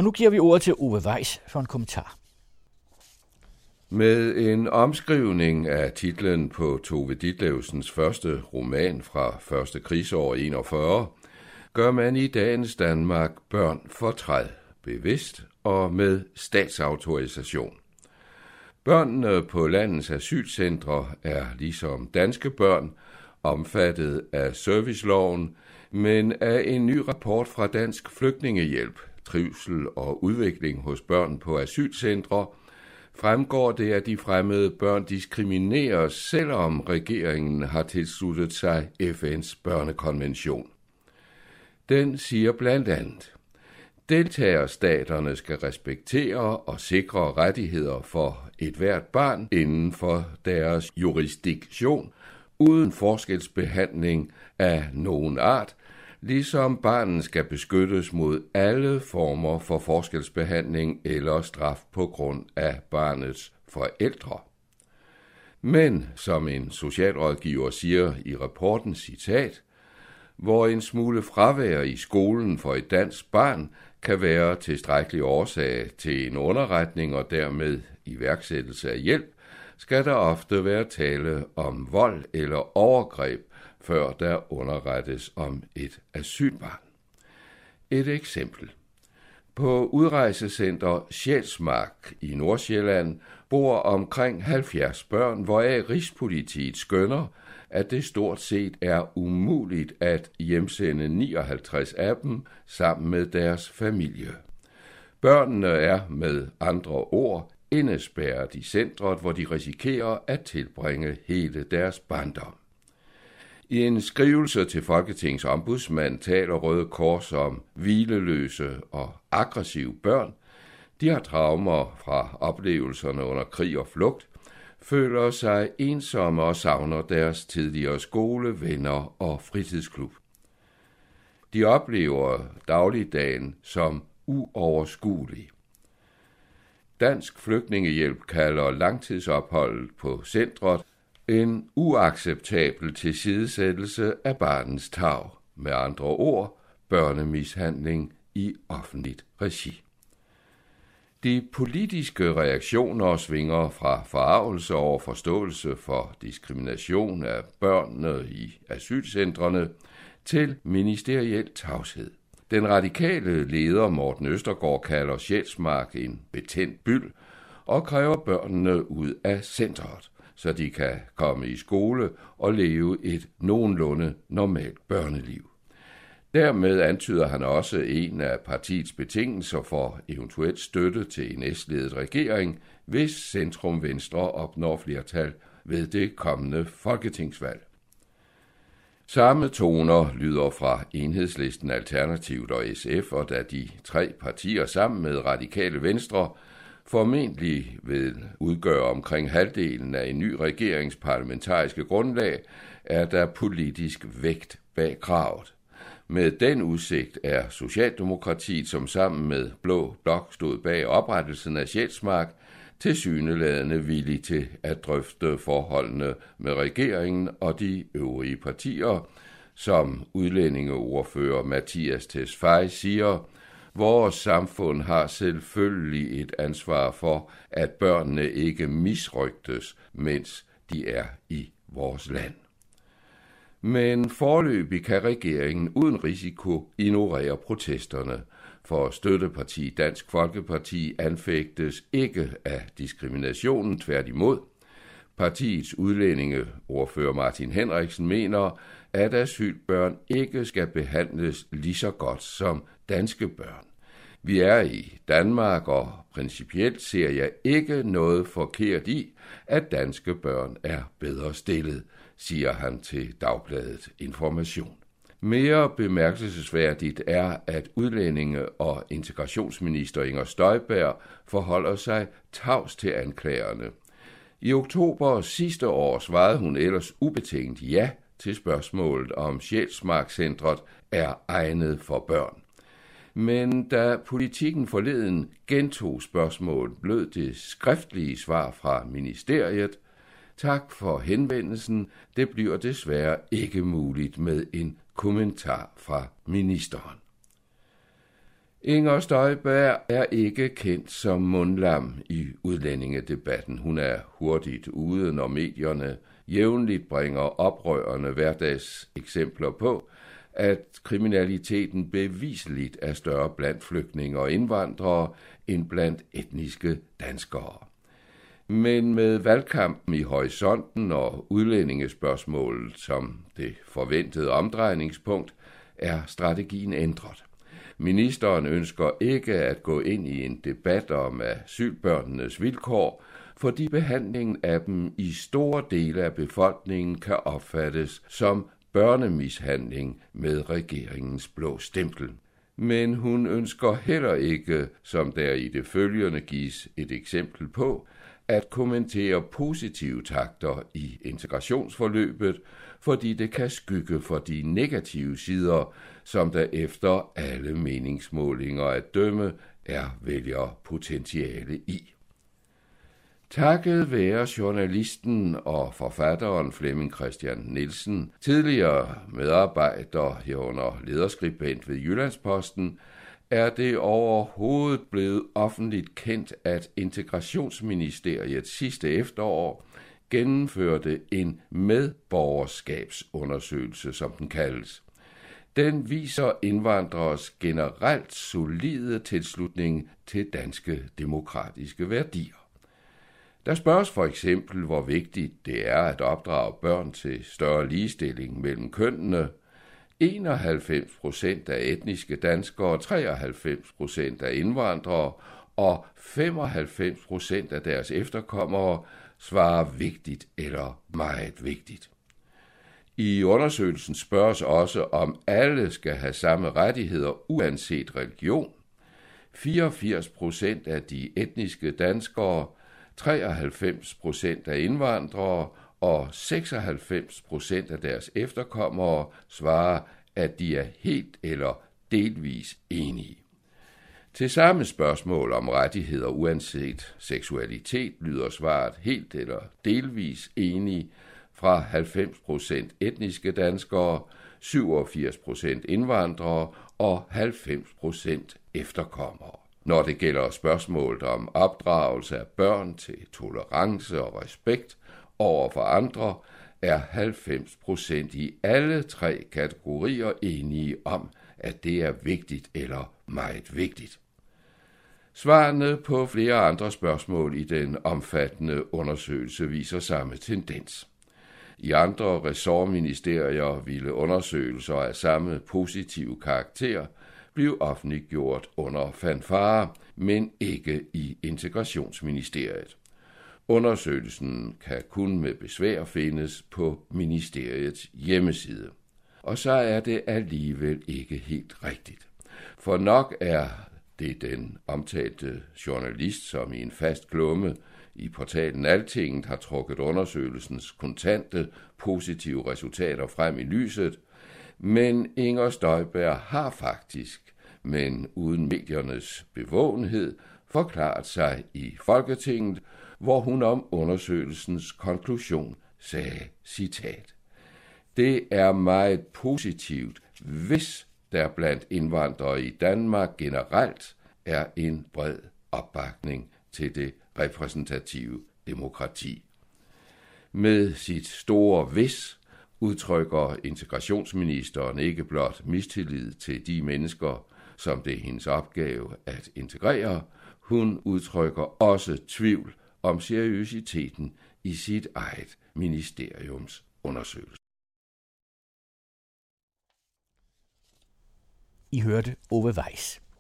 Og nu giver vi ordet til Ove Weiss for en kommentar. Med en omskrivning af titlen på Tove Ditlevsens første roman fra første krigsår 41, gør man i dagens Danmark børn fortræd, bevidst og med statsautorisation. Børnene på landets asylcentre er ligesom danske børn omfattet af serviceloven, men af en ny rapport fra Dansk Flygtningehjælp, Trivsel og udvikling hos børn på asylcentre, fremgår det, at de fremmede børn diskrimineres, selvom regeringen har tilsluttet sig FN's børnekonvention. Den siger blandt andet: deltagerstaterne skal respektere og sikre rettigheder for et hvert barn inden for deres jurisdiktion, uden forskelsbehandling af nogen art, ligesom barnet skal beskyttes mod alle former for forskelsbehandling eller straf på grund af barnets forældre. Men, som en socialrådgiver siger i rapporten, citat, hvor en smule fravær i skolen for et dansk barn kan være tilstrækkelig årsag til en underretning og dermed iværksættelse af hjælp, skal der ofte være tale om vold eller overgreb, før der underrettes om et asylbarn. Et eksempel. På udrejsecenter Sjælsmark i Nordsjælland bor omkring 70 børn, hvoraf Rigspolitiet skønner, at det stort set er umuligt at hjemsende 59 af dem sammen med deres familie. Børnene er med andre ord indespærret i centret, hvor de risikerer at tilbringe hele deres barndom. I en skrivelse til Folketingets ombudsmand taler Røde Kors om hvileløse og aggressive børn. De har traumer fra oplevelserne under krig og flugt, føler sig ensomme og savner deres tidligere skole, venner og fritidsklub. De oplever dagligdagen som uoverskuelig. Dansk Flygtningehjælp kalder langtidsopholdet på centret en uacceptabel tilsidesættelse af barnets tarv, med andre ord børnemishandling i offentligt regi. De politiske reaktioner svinger fra forargelse over forståelse for diskrimination af børnene i asylcentrene til ministeriel tavshed. Den radikale leder Morten Østergaard kalder Sjælsmark en betændt byld og kræver børnene ud af centret, så de kan komme i skole og leve et nogenlunde normalt børneliv. Dermed antyder han også en af partiets betingelser for eventuelt støtte til en S-ledet regering, hvis Centrum Venstre opnår flertal ved det kommende folketingsvalg. Samme toner lyder fra Enhedslisten, Alternativet og SF, og da de tre partier sammen med Radikale Venstre formentlig vil udgøre omkring halvdelen af en ny regerings parlamentariske grundlag, er der politisk vægt bag kravet. Med den udsigt er Socialdemokratiet, som sammen med Blå Blok stod bag oprettelsen af Sjælsmark, tilsyneladende villig til at drøfte forholdene med regeringen og de øvrige partier, som udlændingeordfører Mathias Tesfaye siger: vores samfund har selvfølgelig et ansvar for, at børnene ikke misrygtes, mens de er i vores land. Men foreløbig kan regeringen uden risiko ignorere protesterne, for støtteparti Dansk Folkeparti anfægtes ikke af diskriminationen, tværtimod. Partiets udlændingeordfører Martin Henriksen mener, at asylbørn ikke skal behandles lige så godt som danske børn. Vi er i Danmark, og principielt ser jeg ikke noget forkert i, at danske børn er bedre stillet, siger han til Dagbladet Information. Mere bemærkelsesværdigt er, at udlændinge- og integrationsminister Inger Støjberg forholder sig tavs til anklagerne. I oktober sidste år svarede hun ellers ubetinget ja til spørgsmålet om Sjælsmark-centret er egnet for børn. Men da Politikken forleden gentog spørgsmålet, lød det skriftlige svar fra ministeriet: tak for henvendelsen, det bliver desværre ikke muligt med en kommentar fra ministeren. Inger Støjberg er ikke kendt som mundlam i udlændingedebatten. Hun er hurtigt ude, når medierne jævnligt bringer oprørende hverdags eksempler på, at kriminaliteten beviseligt er større blandt flygtninge og indvandrere end blandt etniske danskere. Men med valgkampen i horisonten og udlændingespørgsmålet som det forventede omdrejningspunkt, er strategien ændret. Ministeren ønsker ikke at gå ind i en debat om asylbørnenes vilkår, fordi behandlingen af dem i store dele af befolkningen kan opfattes som børnemishandling med regeringens blå stempel. Men hun ønsker heller ikke, som der i det følgende gives et eksempel på, at kommentere positive takter i integrationsforløbet, fordi det kan skygge for de negative sider, som der efter alle meningsmålinger at dømme er vælgerpotentiale i. Takket være journalisten og forfatteren Flemming Christian Nielsen, tidligere medarbejder herunder lederskribent ved Jyllandsposten, er det overhovedet blevet offentligt kendt, at Integrationsministeriet sidste efterår gennemførte en medborgerskabsundersøgelse, som den kaldes. Den viser indvandreres generelt solide tilslutning til danske demokratiske værdier. Der spørges for eksempel, hvor vigtigt det er at opdrage børn til større ligestilling mellem kønnene. 91% af etniske danskere, 93% af indvandrere og 95% af deres efterkommere svarer vigtigt eller meget vigtigt. I undersøgelsen spørges også, om alle skal have samme rettigheder uanset religion. 84% af de etniske danskere, 93% af indvandrere og 96% af deres efterkommere svarer, at de er helt eller delvis enige. Til samme spørgsmål om rettigheder uanset seksualitet lyder svaret helt eller delvis enige fra 90% etniske danskere, 87% indvandrere og 90% efterkommere. Når det gælder spørgsmålet om opdragelse af børn til tolerance og respekt over for andre, er 90% i alle tre kategorier enige om, at det er vigtigt eller meget vigtigt. Svarene på flere andre spørgsmål i den omfattende undersøgelse viser samme tendens. I andre ressortministerier ville undersøgelser af samme positive karakter blive offentliggjort under fanfare, men ikke i Integrationsministeriet. Undersøgelsen kan kun med besvær findes på ministeriets hjemmeside. Og så er det alligevel ikke helt rigtigt. For nok er det den omtalte journalist, som i en fast klumme i portalen Altinget har trukket undersøgelsens kontante positive resultater frem i lyset, men Inger Støjberg har faktisk, men uden mediernes bevågenhed, forklaret sig i Folketinget, hvor hun om undersøgelsens konklusion sagde, citat: "Det er meget positivt, hvis der blandt indvandrere i Danmark generelt er en bred opbakning til det repræsentative demokrati." Med sit store hvis udtrykker integrationsministeren ikke blot mistillid til de mennesker, som det er hendes opgave at integrere, hun udtrykker også tvivl om seriøsiteten i sit eget ministeriums undersøgelse. I hørte Ove Weiss.